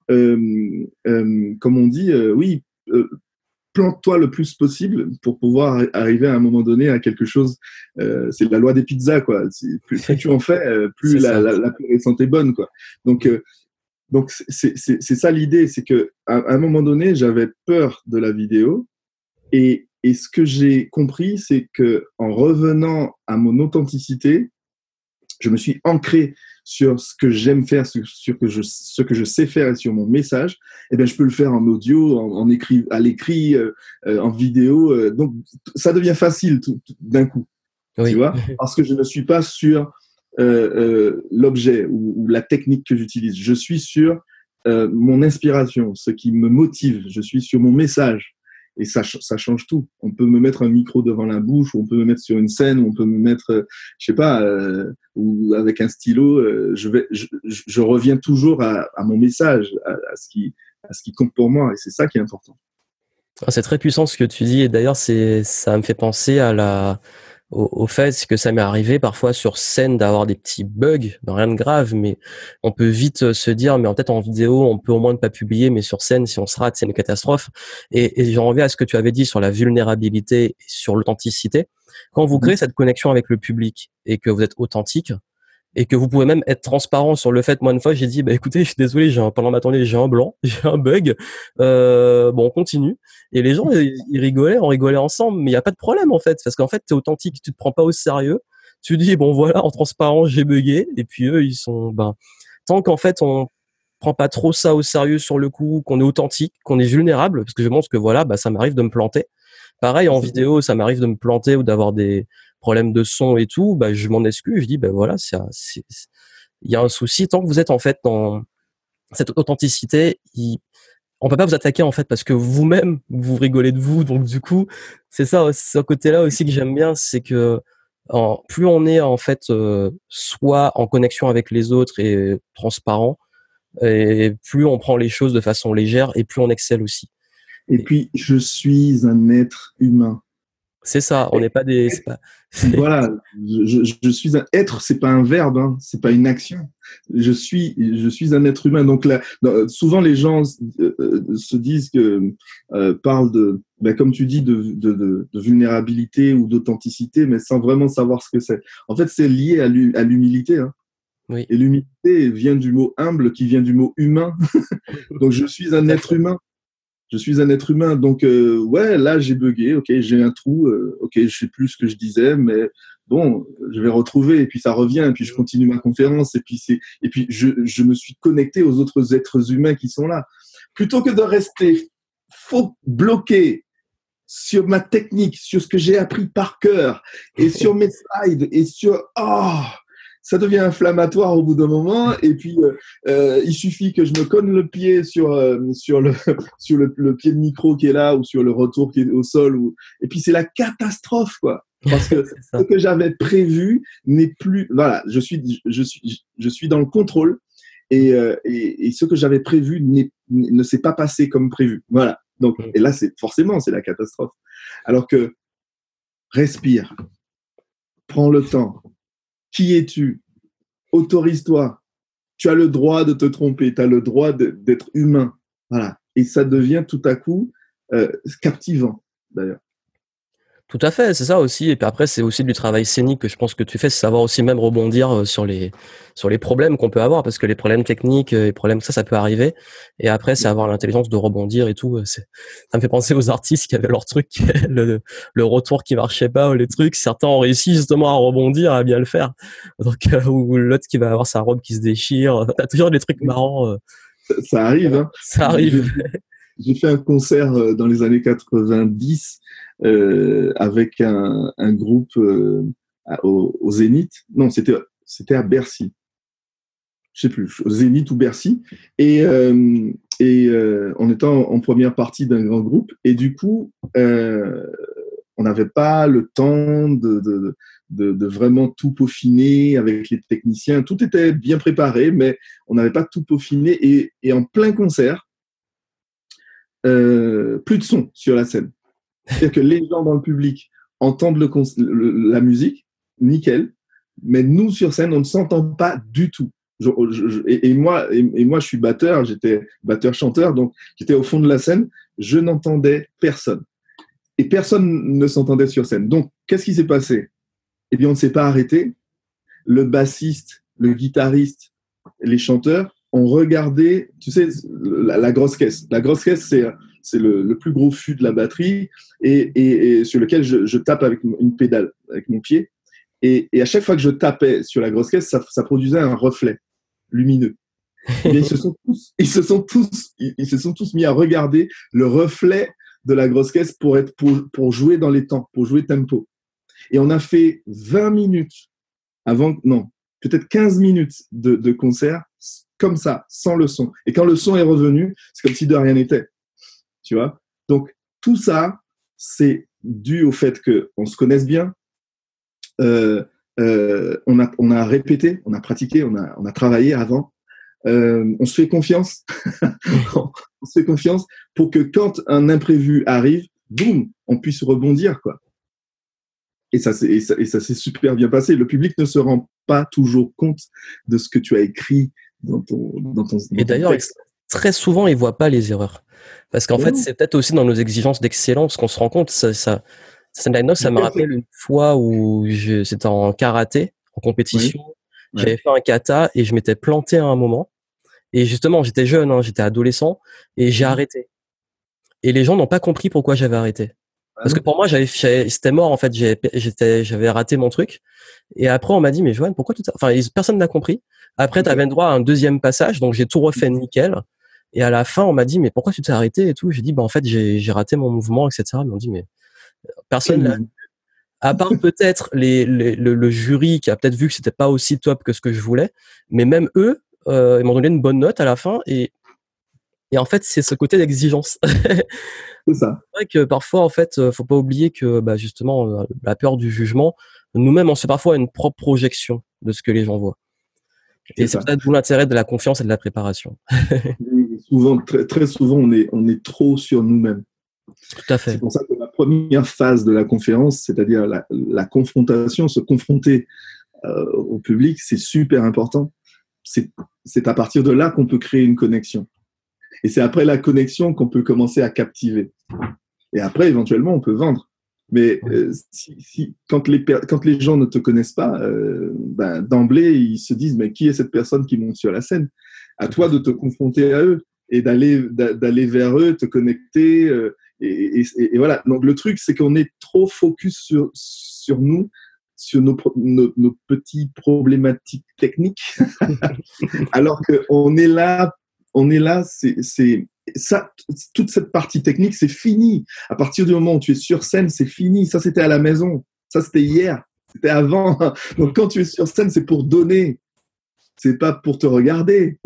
euh, euh, comme on dit, euh, oui, euh, plante-toi le plus possible pour pouvoir arriver à un moment donné à quelque chose. Euh, c'est la loi des pizzas, quoi. C'est, plus, plus tu en fais, euh, plus C'est la, ça. la, la plus récente est bonne, quoi. Donc, euh, donc c'est, c'est, c'est ça l'idée, c'est que à, à un moment donné, j'avais peur de la vidéo, et, et ce que j'ai compris, c'est que en revenant à mon authenticité, je me suis ancré sur ce que j'aime faire, sur, sur que je, ce que je sais faire et sur mon message. Eh bien, je peux le faire en audio, en, en écrit, à l'écrit, euh, euh, en vidéo. Euh, donc, ça devient facile tout, tout, d'un coup, tu Oui. vois, parce que je ne suis pas sur euh, euh, l'objet ou, ou la technique que j'utilise. Je suis sur euh, mon inspiration, ce qui me motive. Je suis sur mon message. Et ça, ça change tout. On peut me mettre un micro devant la bouche, ou on peut me mettre sur une scène, ou on peut me mettre, euh, je sais pas, euh, ou avec un stylo. Euh, je vais, je, je reviens toujours à, à mon message, à, à ce qui, à ce qui compte pour moi. Et c'est ça qui est important. C'est très puissant ce que tu dis, et d'ailleurs c'est ça me fait penser à la au, au fait que ça m'est arrivé parfois sur scène d'avoir des petits bugs, rien de grave, mais on peut vite se dire mais en fait en vidéo on peut au moins ne pas publier, mais sur scène si on se rate c'est une catastrophe. Et, et j'en reviens à ce que tu avais dit sur la vulnérabilité et sur l'authenticité. Quand vous créez cette connexion avec le public et que vous êtes authentique, et que vous pouvez même être transparent sur le fait. Moi, une fois, j'ai dit, bah écoutez, je suis désolé, j'ai un, pendant ma tournée, j'ai un blanc, j'ai un bug. Euh, bon, on continue. Et les gens, ils, ils rigolaient, on rigolait ensemble, mais il y a pas de problème en fait, parce qu'en fait, t'es authentique, tu te prends pas au sérieux. Tu dis, bon voilà, en transparent, j'ai bugué. Et puis eux, ils sont, ben, tant qu'en fait, on prend pas trop ça au sérieux sur le coup, qu'on est authentique, qu'on est vulnérable, parce que je montre que voilà, bah ça m'arrive de me planter. Pareil en vidéo, ça m'arrive de me planter ou d'avoir des problèmes de son et tout, bah je m'en excuse, je dis bah voilà, c'est il y a un souci tant que vous êtes en fait dans cette authenticité, il, on peut pas vous attaquer en fait parce que vous-même vous rigolez de vous, donc du coup, c'est ça, c'est ce côté-là aussi que j'aime bien, c'est que en, plus on est en fait euh, soit en connexion avec les autres et transparent, et plus on prend les choses de façon légère et plus on excelle aussi. Et puis, je suis un être humain. C'est ça, on n'est pas des. C'est pas, c'est... Voilà, je, je, je suis un être, c'est pas un verbe, hein, c'est pas une action. Je suis, je suis un être humain. Donc là, souvent les gens euh, se disent que euh, parlent de, ben, comme tu dis, de, de, de, de vulnérabilité ou d'authenticité, mais sans vraiment savoir ce que c'est. En fait, c'est lié à l'humilité. Hein. Oui. Et l'humilité vient du mot humble, qui vient du mot humain. Donc je suis un être humain. Je suis un être humain, donc euh, ouais, là j'ai bugué, ok, j'ai un trou, euh, ok, je sais plus ce que je disais, mais bon, je vais retrouver, et puis ça revient, et puis je continue ma conférence, et puis c'est, et puis je, je me suis connecté aux autres êtres humains qui sont là, plutôt que de rester faux bloqué sur ma technique, sur ce que j'ai appris par cœur, et sur mes slides, et sur oh, ça devient inflammatoire au bout d'un moment. Et puis, euh, euh, il suffit que je me cogne le pied sur, euh, sur, le, sur le, le pied de micro qui est là ou sur le retour qui est au sol. Ou... Et puis, c'est la catastrophe, quoi. Parce que ce que j'avais prévu n'est plus... Voilà, je suis, je suis, je suis dans le contrôle et, euh, et, et ce que j'avais prévu n'est, ne s'est pas passé comme prévu. Voilà. Donc, et là, c'est forcément, c'est la catastrophe. Alors que respire, prends le temps. Qui es-tu? Autorise-toi. Tu as le droit de te tromper, tu as le droit de, d'être humain. Voilà. Et ça devient tout à coup euh, captivant, d'ailleurs. Tout à fait, c'est ça aussi. Et puis après, c'est aussi du travail scénique que je pense que tu fais, c'est savoir aussi même rebondir sur les sur les problèmes qu'on peut avoir, parce que les problèmes techniques, les problèmes ça, ça peut arriver. Et après, c'est avoir l'intelligence de rebondir et tout. C'est, ça me fait penser aux artistes qui avaient leur truc, le, le retour qui marchait pas, ou les trucs. Certains ont réussi justement à rebondir, à bien le faire. Donc, euh, ou l'autre qui va avoir sa robe qui se déchire. T'as toujours des trucs marrants. Euh, ça, ça arrive, hein. Ça arrive. J'ai, j'ai fait un concert dans les années quatre-vingt-dix euh, avec un, un groupe euh, au, au Zénith. Non, c'était c'était à Bercy. Je sais plus, au Zénith ou Bercy. Et euh, et euh, on était en, en première partie d'un grand groupe. Et du coup, euh, on n'avait pas le temps de, de, de, de vraiment tout peaufiner avec les techniciens. Tout était bien préparé, mais on n'avait pas tout peaufiné. Et, et en plein concert, euh, plus de son sur la scène. C'est-à-dire que les gens dans le public entendent le, le, la musique, nickel, mais nous sur scène, on ne s'entend pas du tout. Je, je, je, et, et, moi, et, et moi, je suis batteur, j'étais batteur-chanteur, donc j'étais au fond de la scène, je n'entendais personne. Et personne ne s'entendait sur scène. Donc, qu'est-ce qui s'est passé? Eh bien, on ne s'est pas arrêté. Le bassiste, le guitariste, les chanteurs ont regardé, tu sais, la, la grosse caisse. La grosse caisse, c'est, c'est le, le plus gros fût de la batterie et, et, et sur lequel je, je tape avec une pédale, avec mon pied. Et, et à chaque fois que je tapais sur la grosse caisse, ça, ça produisait un reflet lumineux. Et bien, ils se sont tous, ils se sont tous, ils, ils se sont tous mis à regarder le reflet de la grosse caisse pour être, pour, pour jouer dans les temps, pour jouer tempo. Et on a fait vingt minutes avant, non, peut-être quinze minutes de, de concert comme ça, sans le son. Et quand le son est revenu, c'est comme si de rien n'était. Tu vois? Donc, tout ça, c'est dû au fait qu'on se connaisse bien. Euh, euh, on, a, on a répété, on a pratiqué, on a, on a travaillé avant. Euh, on se fait confiance. on se fait confiance pour que quand un imprévu arrive, boum, on puisse rebondir, quoi. Et ça, et, ça, et ça s'est super bien passé. Le public ne se rend pas toujours compte de ce que tu as écrit dans ton, dans ton, dans et ton d'ailleurs, texte. Très souvent, ils voient pas les erreurs. Parce qu'en Mais fait, non. c'est peut-être aussi dans nos exigences d'excellence qu'on se rend compte. Ça, ça, cette anecdote, ça me rappelle une fois où je, c'était en karaté, en compétition. Oui. J'avais Ouais. fait un kata et je m'étais planté à un moment. Et justement, j'étais jeune, hein, j'étais adolescent et j'ai arrêté. Et les gens n'ont pas compris pourquoi j'avais arrêté. Ah Parce que non. pour moi, j'avais, j'avais c'était mort en fait. J'avais, j'étais, j'avais raté mon truc. Et après, on m'a dit, mais Johan, pourquoi tu t'as... Enfin, personne n'a compris. Après, tu avais le droit à un deuxième passage, donc j'ai tout refait nickel. Et à la fin, on m'a dit, mais pourquoi tu t'es arrêté et tout. J'ai dit, bah en fait, j'ai, j'ai raté mon mouvement, et cetera. Ils m'ont dit, mais personne l'a vu. À part peut-être les, les, le, le jury qui a peut-être vu que c'était pas aussi top que ce que je voulais. Mais même eux, euh, ils m'ont donné une bonne note à la fin. Et, et en fait, c'est ce côté d'exigence. C'est ça. C'est vrai que parfois, en fait, faut pas oublier que, bah, justement, la peur du jugement, nous-mêmes, on se fait parfois une propre projection de ce que les gens voient. Et C'est c'est ça. peut-être d'où l'intérêt de la confiance et de la préparation. Souvent, très, très souvent, on est, on est trop sur nous-mêmes. Tout à C'est fait. pour ça que la première phase de la conférence, c'est-à-dire la, la confrontation, se confronter euh, au public, c'est super important. C'est, c'est à partir de là qu'on peut créer une connexion. Et c'est après la connexion qu'on peut commencer à captiver. Et après, éventuellement, on peut vendre. Mais euh, si, si, quand, les per- quand les gens ne te connaissent pas, euh, ben, d'emblée, ils se disent, mais qui est cette personne qui monte sur la scène? À toi de te confronter à eux et d'aller, d'aller vers eux, te connecter. Euh, et, et, et voilà. Donc, le truc, c'est qu'on est trop focus sur, sur nous, sur nos, nos, nos petites problématiques techniques, alors qu'on est là, on est là, c'est, c'est, ça, toute cette partie technique, c'est fini. À partir du moment où tu es sur scène, c'est fini. Ça, c'était à la maison. Ça, c'était hier. C'était avant. Donc, quand tu es sur scène, c'est pour donner. C'est pas pour te regarder.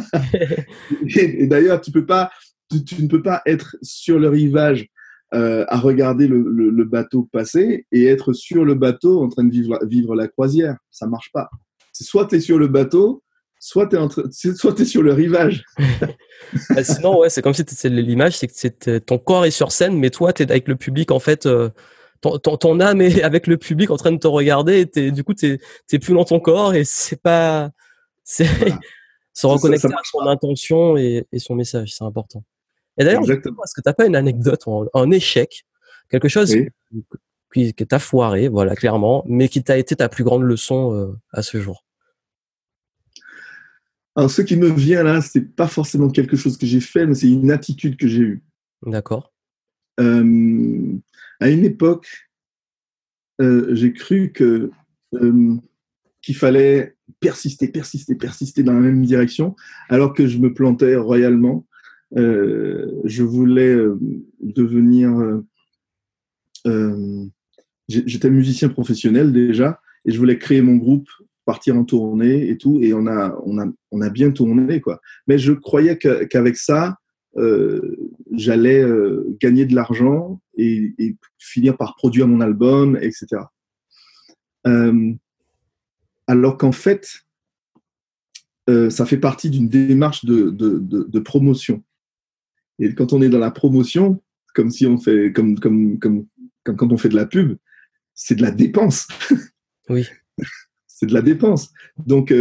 et, et d'ailleurs, tu peux pas, tu, tu ne peux pas être sur le rivage euh, à regarder le, le, le bateau passer et être sur le bateau en train de vivre, vivre la croisière. Ça marche pas. C'est soit tu es sur le bateau, soit tu es, entre... soit tu es sur le rivage. Bah, sinon, ouais, c'est comme si c'est l'image, c'est que c'est, ton corps est sur scène, mais toi, tu es avec le public, en fait, euh, ton, ton, ton âme est avec le public en train de te regarder, et t'es, du coup, tu n'es plus dans ton corps, et c'est pas. C'est Voilà. se reconnecter à son pas. intention et, et son message, c'est important. Et d'ailleurs, exactement. est-ce que tu n'as pas une anecdote, un, un échec, quelque chose oui. qui, qui t'a foiré, voilà, clairement, mais qui t'a été ta plus grande leçon euh, à ce jour? Alors, ce qui me vient là, c'est pas forcément quelque chose que j'ai fait, mais c'est une attitude que j'ai eue. D'accord. Euh, à une époque, euh, j'ai cru que euh, qu'il fallait persister, persister, persister dans la même direction, alors que je me plantais royalement. Euh, je voulais euh, devenir. Euh, euh, j'étais musicien professionnel déjà, et je voulais créer mon groupe, partir en tournée et tout, et on a, on a, on a bien tourné, quoi. Mais je croyais que, qu'avec ça, euh, j'allais euh, gagner de l'argent et, et finir par produire mon album, et cetera. Euh, alors qu'en fait, euh, ça fait partie d'une démarche de, de, de, de promotion. Et quand on est dans la promotion, comme si on fait, comme, comme, comme, comme quand on fait de la pub, c'est de la dépense. Oui. C'est de la dépense. Donc, euh,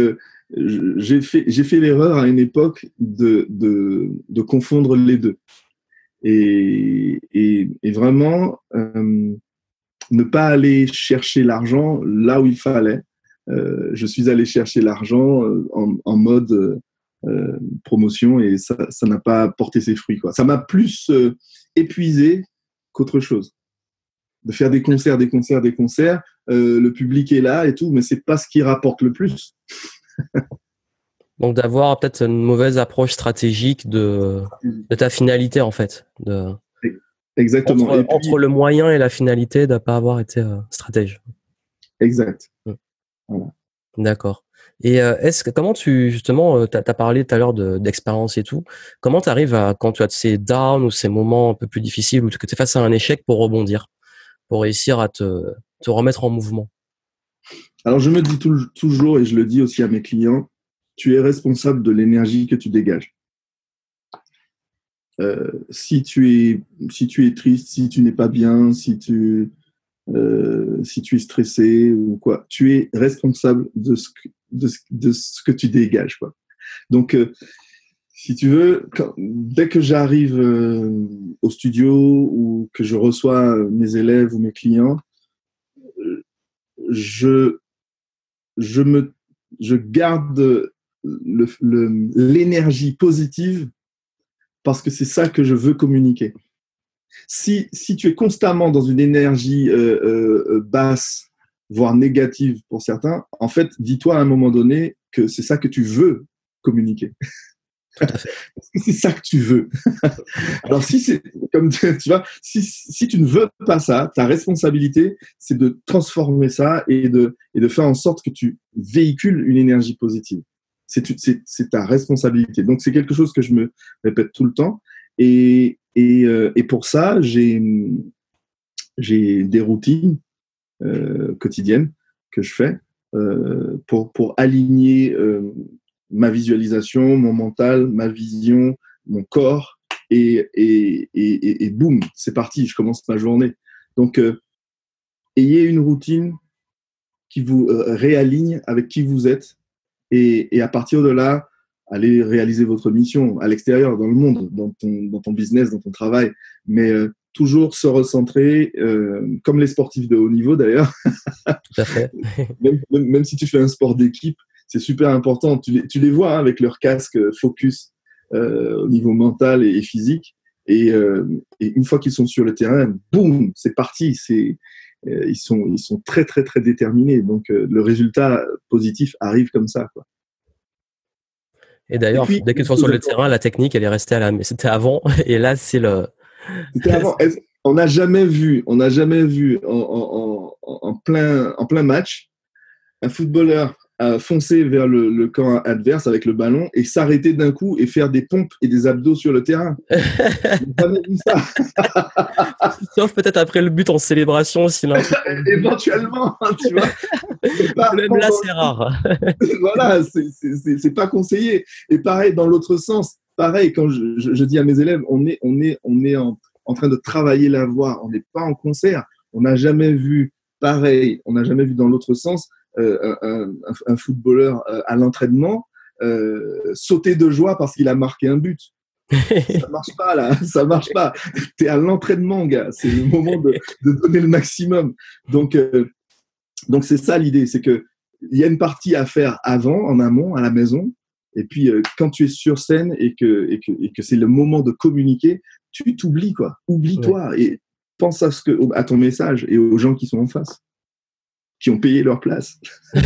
j'ai fait, j'ai fait l'erreur à une époque de, de, de confondre les deux. Et, et, et vraiment, euh, ne pas aller chercher l'argent là où il fallait. Euh, je suis allé chercher l'argent en, en mode euh, promotion et ça, ça n'a pas porté ses fruits, quoi. Ça m'a plus euh, épuisé qu'autre chose. De faire des concerts, des concerts, des concerts, euh, le public est là et tout, mais c'est pas ce qui rapporte le plus. Donc d'avoir peut-être une mauvaise approche stratégique de, de ta finalité en fait. De, Exactement. entre, Et puis, entre le moyen et la finalité de ne pas avoir été euh, stratège. Exact. Mmh. Voilà. D'accord. Et euh, est-ce que comment tu justement, tu as parlé tout à l'heure de, d'expérience et tout, comment tu arrives à, quand tu as ces downs ou ces moments un peu plus difficiles ou que tu es face à un échec pour rebondir, pour réussir à te, te remettre en mouvement? Alors, je me dis tout, toujours, et je le dis aussi à mes clients, tu es responsable de l'énergie que tu dégages. Euh, si, tu es, si tu es triste, si tu n'es pas bien, si tu, euh, si tu es stressé ou quoi, tu es responsable de ce que, de ce, de ce que tu dégages, quoi. Donc, euh, si tu veux, quand, dès que j'arrive euh, au studio ou que je reçois mes élèves ou mes clients, je, je, me, je garde le, le, l'énergie positive parce que c'est ça que je veux communiquer. Si, si tu es constamment dans une énergie euh, euh, basse, voire négative pour certains, en fait, dis-toi à un moment donné que c'est ça que tu veux communiquer. Tout à fait. Parce que c'est ça que tu veux. Alors, si c'est, comme tu vois, si, si tu ne veux pas ça, ta responsabilité, c'est de transformer ça et de, et de faire en sorte que tu véhicules une énergie positive. C'est, c'est, c'est ta responsabilité. Donc, c'est quelque chose que je me répète tout le temps. Et, et, euh, et pour ça, j'ai, j'ai des routines euh, quotidiennes que je fais euh, pour, pour aligner euh, ma visualisation, mon mental, ma vision, mon corps. Et, et, et, et boum, c'est parti, je commence ma journée. Donc, euh, ayez une routine qui vous euh, réaligne avec qui vous êtes. Et, et à partir de là, allez réaliser votre mission à l'extérieur, dans le monde, dans ton, dans ton business, dans ton travail. Mais euh, toujours se recentrer, euh, comme les sportifs de haut niveau d'ailleurs. Tout à fait. même, même, même si tu fais un sport d'équipe, c'est super important. Tu les, tu les vois hein, avec leur casque focus euh, au niveau mental et, et physique. Et, euh, et une fois qu'ils sont sur le terrain, boum, c'est parti. C'est, euh, ils, sont, ils sont très, très, très déterminés. Donc, euh, le résultat positif arrive comme ça, quoi. Et d'ailleurs, puis, dès que tu sois sur le terrain, la technique, elle est restée à la, mais c'était avant. Et là, c'est le. C'était avant. On n'a jamais vu, on n'a jamais vu en, en, en, en, plein, en plein match un footballeur euh, foncer vers le, le camp adverse avec le ballon et s'arrêter d'un coup et faire des pompes et des abdos sur le terrain. On n'a jamais vu ça. Sauf peut-être après le but en célébration, s'il a un truc. Éventuellement, tu vois. Pas Même là, c'est rare. Voilà, c'est, c'est, c'est pas conseillé. Et pareil, dans l'autre sens, pareil, quand je, je, je dis à mes élèves, on est, on est, on est en, en train de travailler la voix, on n'est pas en concert. On n'a jamais vu, pareil, on n'a jamais vu dans l'autre sens, euh, un, un, un footballeur euh, à l'entraînement euh, sauter de joie parce qu'il a marqué un but. Ça marche pas là, ça marche pas. T'es à l'entraînement, gars. C'est le moment de, de donner le maximum. Donc, euh, donc c'est ça l'idée, c'est que il y a une partie à faire avant, en amont, à la maison. Et puis euh, quand tu es sur scène et que et que et que c'est le moment de communiquer, tu t'oublies quoi. Oublie-toi ouais. Et pense à ce que à ton message et aux gens qui sont en face, qui ont payé leur place.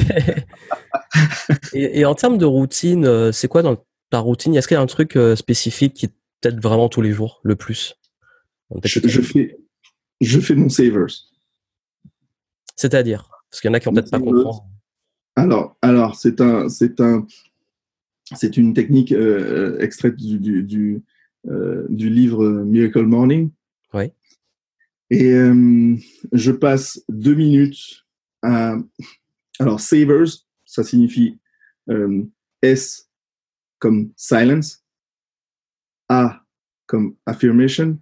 et, et en termes de routine, c'est quoi dans ta routine? Est-ce qu'il y a un truc spécifique qui t'aide vraiment tous les jours, le plus? je, je fais, je fais mon savers. C'est-à-dire, parce qu'il y en a qui vont peut-être pas comprendre. Alors, alors c'est un, c'est un, c'est une technique euh, extraite du du, du, euh, du livre Miracle Morning. Oui. Et euh, je passe deux minutes à, alors savers, ça signifie euh, S comme silence, A comme affirmation,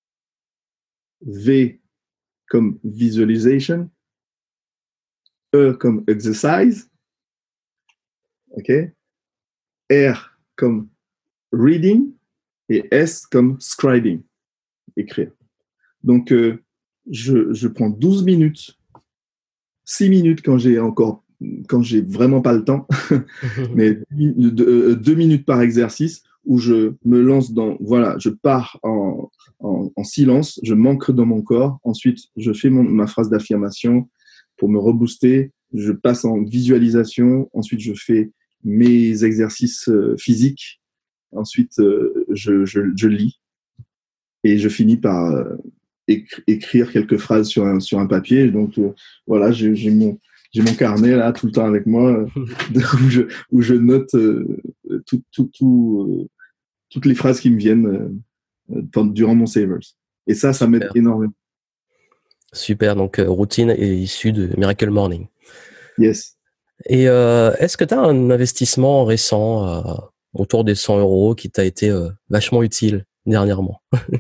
V comme visualization, E comme exercise, ok? R comme reading et S comme scribing, écrire. Donc, euh, je, je prends douze minutes, six minutes quand j'ai encore, quand j'ai vraiment pas le temps, mais deux, deux minutes par exercice où je me lance dans, voilà, je pars en, en, en silence, je m'ancre dans mon corps, ensuite je fais mon, ma phrase d'affirmation pour me rebooster, je passe en visualisation, ensuite je fais mes exercices euh, physiques, ensuite euh, je, je, je lis et je finis par euh, écrire quelques phrases sur un, sur un papier. Donc euh, voilà, j'ai, j'ai mon j'ai mon carnet là tout le temps avec moi euh, où, je, où je note euh, tout, tout, tout, euh, toutes les phrases qui me viennent euh, durant mon Savers. Et ça, ça m'aide Super. énormément. Super, donc euh, routine est issue de Miracle Morning. Yes. Et euh, est-ce que tu as un investissement récent euh, autour des cent euros qui t'a été euh, vachement utile dernièrement?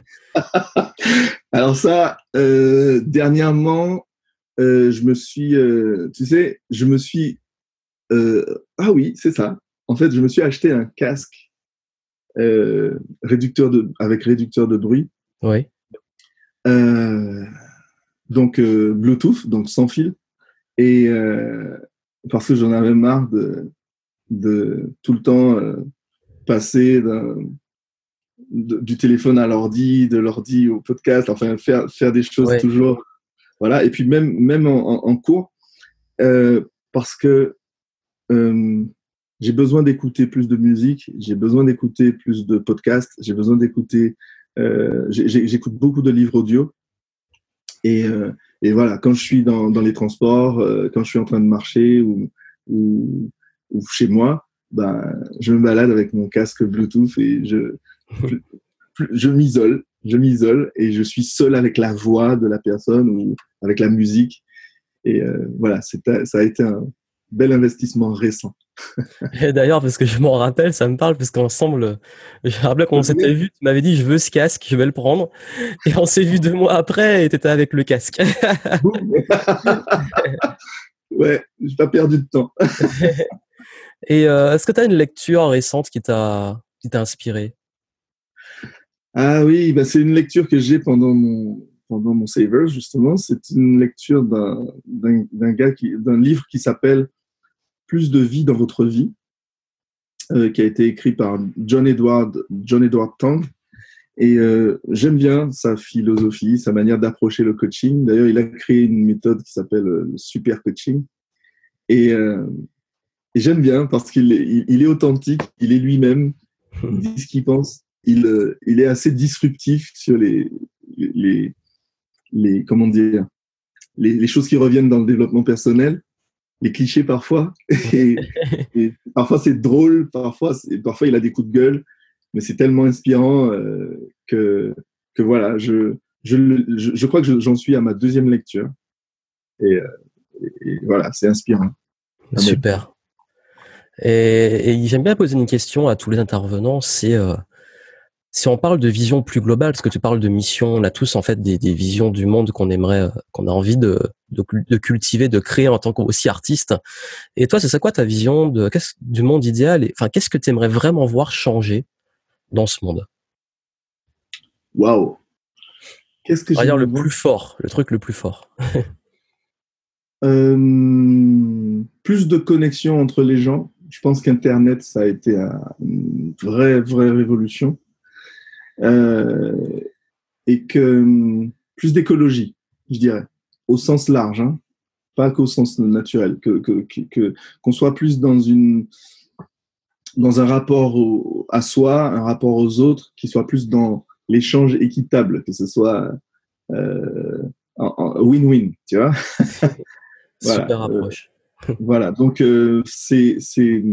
Alors ça, euh, dernièrement, euh, je me suis, euh, tu sais, je me suis, euh, ah oui, c'est ça. En fait, je me suis acheté un casque euh, réducteur de, avec réducteur de bruit. Oui. Euh, donc euh, Bluetooth, donc sans fil. Et euh, parce que j'en avais marre de, de tout le temps euh, passer d'un, de, du téléphone à l'ordi, de l'ordi au podcast, enfin faire, faire des choses Ouais. toujours. Voilà. Et puis même, même en, en cours, euh, parce que euh, j'ai besoin d'écouter plus de musique, j'ai besoin d'écouter plus de podcasts, j'ai besoin d'écouter, euh, j'ai, j'écoute beaucoup de livres audio. Et, euh, et voilà, quand je suis dans, dans les transports, euh, quand je suis en train de marcher ou, ou, ou chez moi, ben, je me balade avec mon casque Bluetooth et je, je m'isole, je m'isole et je suis seul avec la voix de la personne ou avec la musique. Et euh, voilà, c'est, ça a été un bel investissement récent. Et d'ailleurs, parce que je m'en rappelle, ça me parle, parce qu'ensemble, je me rappelle quand on s'était vu, tu m'avais dit, je veux ce casque, je vais le prendre. Et on s'est vu deux mois après et t'étais avec le casque. Ouais, j'ai pas perdu de temps. Et euh, est-ce que tu as une lecture récente qui t'a, qui t'a inspiré? Ah oui, bah c'est une lecture que j'ai pendant mon, pendant mon Savers, justement. C'est une lecture d'un, d'un, d'un gars qui, d'un livre qui s'appelle Plus de vie dans votre vie, euh, qui a été écrit par John Edward, John Edward Tong. Et euh, j'aime bien sa philosophie, sa manière d'approcher le coaching. D'ailleurs, il a créé une méthode qui s'appelle le super coaching. Et, euh, et j'aime bien parce qu'il est, il, il est authentique, il est lui-même, il dit ce qu'il pense. Il, euh, il est assez disruptif sur les, les, les comment dire, les, les choses qui reviennent dans le développement personnel, les clichés parfois. Et, et parfois c'est drôle, parfois, c'est, parfois il a des coups de gueule, mais c'est tellement inspirant euh, que, que voilà, je, je, je, je crois que j'en suis à ma deuxième lecture. Et, euh, et, et voilà, c'est inspirant. Super. Et, et j'aime bien poser une question à tous les intervenants, c'est euh, si on parle de vision plus globale, parce que tu parles de mission, on a tous en fait des, des visions du monde qu'on aimerait, qu'on a envie de, de, de cultiver, de créer en tant qu'aussi artiste. Et toi, c'est ça quoi ta vision de, qu'est-ce, du monde idéal et, enfin, qu'est-ce que tu aimerais vraiment voir changer dans ce monde? Waouh! Qu'est-ce que On va dire j'aimerais le voir? plus fort, le truc le plus fort. Euh, plus de connexion entre les gens. Je pense qu'Internet, ça a été une vraie, vraie révolution. Euh, et que plus d'écologie, je dirais, au sens large, hein, pas qu'au sens naturel, que, que, que, qu'on soit plus dans, une, dans un rapport au, à soi, un rapport aux autres, qui soit plus dans l'échange équitable, que ce soit euh, en, en win-win, tu vois. Voilà. Super Euh, approche. voilà. Donc, euh, c'est, c'est,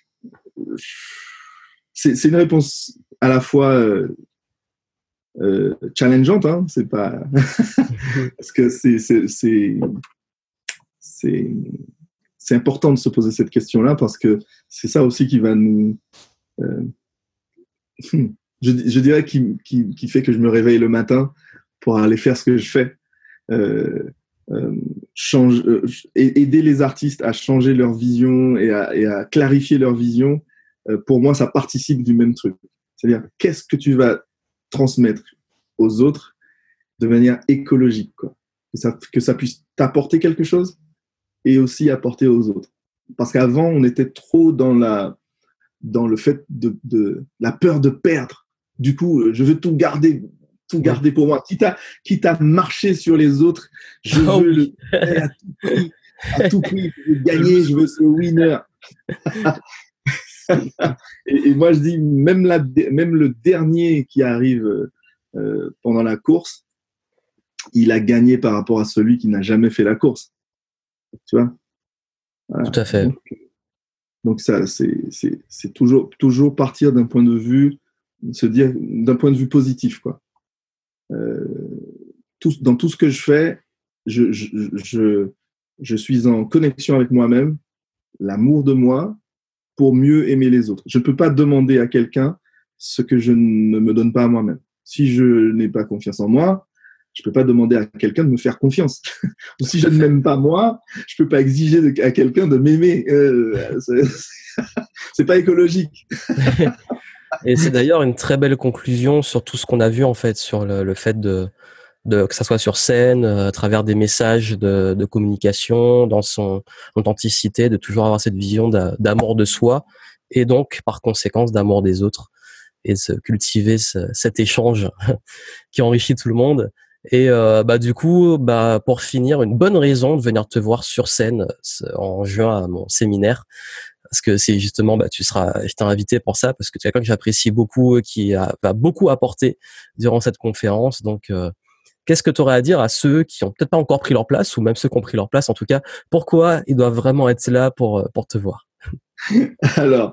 c'est, c'est une réponse à la fois euh, euh, challengeante, hein, c'est pas parce que c'est, c'est, c'est, c'est, c'est important de se poser cette question-là parce que c'est ça aussi qui va nous, euh, je, je dirais, qui, qui, qui fait que je me réveille le matin pour aller faire ce que je fais. Euh, euh, change, euh, aider les artistes à changer leur vision et à, et à clarifier leur vision, euh, pour moi, ça participe du même truc. C'est-à-dire, qu'est-ce que tu vas transmettre aux autres de manière écologique, quoi. Que ça, que ça puisse t'apporter quelque chose et aussi apporter aux autres. Parce qu'avant, on était trop dans, la, dans le fait de, de la peur de perdre. Du coup, je veux tout garder, tout garder pour moi. Quitte à, quitte à marcher sur les autres, je Oh veux oui. le à tout prix. À tout prix, je veux gagner, je veux ce winner. et, et moi, je dis, même, la, même le dernier qui arrive euh, pendant la course, il a gagné par rapport à celui qui n'a jamais fait la course. Tu vois? Voilà. Tout à fait. Donc, donc ça, c'est, c'est, c'est toujours, toujours partir d'un point de vue, se dire d'un point de vue positif, quoi. Euh, tout, dans tout ce que je fais, je, je, je, je suis en connexion avec moi-même, l'amour de moi, pour mieux aimer les autres. Je ne peux pas demander à quelqu'un ce que je ne me donne pas à moi-même. Si je n'ai pas confiance en moi, je ne peux pas demander à quelqu'un de me faire confiance. Ou si je ne m'aime pas moi, je ne peux pas exiger de, à quelqu'un de m'aimer. Euh, c'est, c'est pas écologique. Et c'est d'ailleurs une très belle conclusion sur tout ce qu'on a vu en fait sur le, le fait de, de que ça soit sur scène, euh, à travers des messages de, de communication, dans son authenticité, de toujours avoir cette vision d'a, d'amour de soi et donc par conséquence d'amour des autres et de se cultiver ce, cet échange qui enrichit tout le monde. Et euh, bah du coup, bah pour finir, une bonne raison de venir te voir sur scène en juin à mon séminaire, parce que c'est justement, bah tu seras, je t'ai invité pour ça parce que tu es quelqu'un que j'apprécie beaucoup, qui a, va beaucoup apporter durant cette conférence. Donc, euh, qu'est-ce que tu aurais à dire à ceux qui ont peut-être pas encore pris leur place ou même ceux qui ont pris leur place, en tout cas, pourquoi ils doivent vraiment être là pour pour te voir? Alors,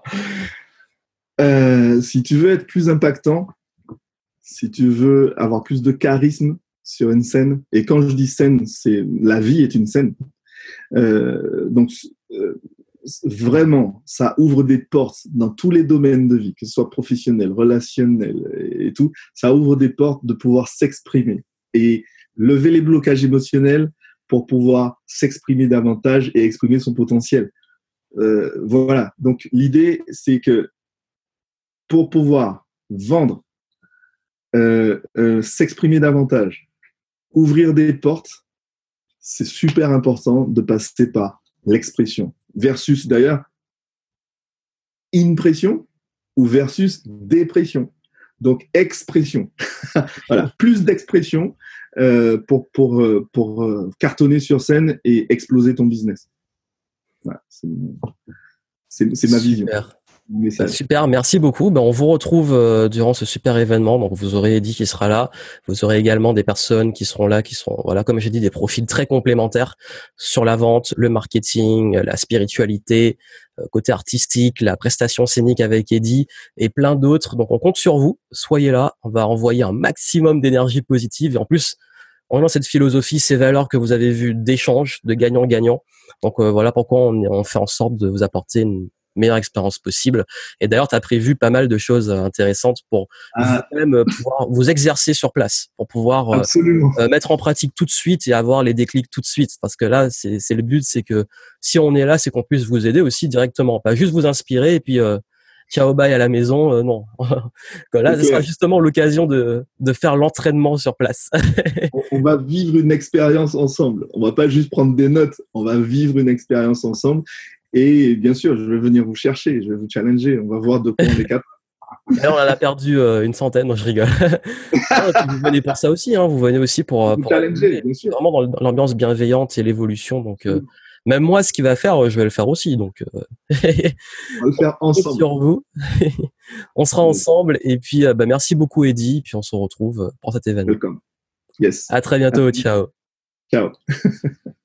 euh, si tu veux être plus impactant, si tu veux avoir plus de charisme sur une scène, et quand je dis scène, c'est la vie est une scène. Euh, donc, euh, vraiment, ça ouvre des portes dans tous les domaines de vie, que ce soit professionnel, relationnel et tout. Ça ouvre des portes de pouvoir s'exprimer et lever les blocages émotionnels pour pouvoir s'exprimer davantage et exprimer son potentiel. Euh, voilà. Donc, l'idée, c'est que pour pouvoir vendre, euh, euh, s'exprimer davantage, ouvrir des portes, c'est super important de passer par l'expression. Versus, d'ailleurs, impression ou versus dépression. Donc, expression. Voilà, plus d'expression euh, pour, pour, euh, pour euh, cartonner sur scène et exploser ton business. Voilà, c'est, c'est, c'est ma vision. Super. Bah, super, merci beaucoup. Ben, on vous retrouve euh, durant ce super événement. Donc, vous aurez Eddy qui sera là. Vous aurez également des personnes qui seront là, qui seront, voilà, comme j'ai dit, des profils très complémentaires sur la vente, le marketing, la spiritualité, euh, côté artistique, la prestation scénique avec Eddy et plein d'autres. Donc, on compte sur vous. Soyez là. On va envoyer un maximum d'énergie positive. Et en plus, on a cette philosophie, ces valeurs que vous avez vues d'échange, de gagnant-gagnant. Donc, euh, voilà pourquoi on, on fait en sorte de vous apporter une meilleure expérience possible. Et d'ailleurs, tu as prévu pas mal de choses intéressantes pour Ah, vous-même pouvoir vous exercer sur place, pour pouvoir absolument. euh, mettre en pratique tout de suite et avoir les déclics tout de suite. Parce que là, c'est, c'est le but, c'est que si on est là, c'est qu'on puisse vous aider aussi directement, pas juste vous inspirer et puis euh, ciao bye à la maison. Euh, non, là, ce sera justement l'occasion de de faire l'entraînement sur place. On va vivre une expérience ensemble. On va pas juste prendre des notes. On va vivre une expérience ensemble. Et bien sûr, je vais venir vous chercher, je vais vous challenger. On va voir de quoi on est capable. D'ailleurs, on en a perdu euh, une centaine, non, je rigole. Non, et puis vous venez pour ça aussi, hein. Vous venez aussi pour, Vous pour challenger, bien sûr. vraiment dans l'ambiance bienveillante et l'évolution. Donc, euh, même moi, ce qu'il va faire, je vais le faire aussi. Donc, euh, on va le faire on compte ensemble. sur vous. On sera ensemble. Et puis, euh, bah, merci beaucoup, Eddy. Puis, on se retrouve pour cet événement. Welcome. Yes. À très bientôt. Ciao. Ciao.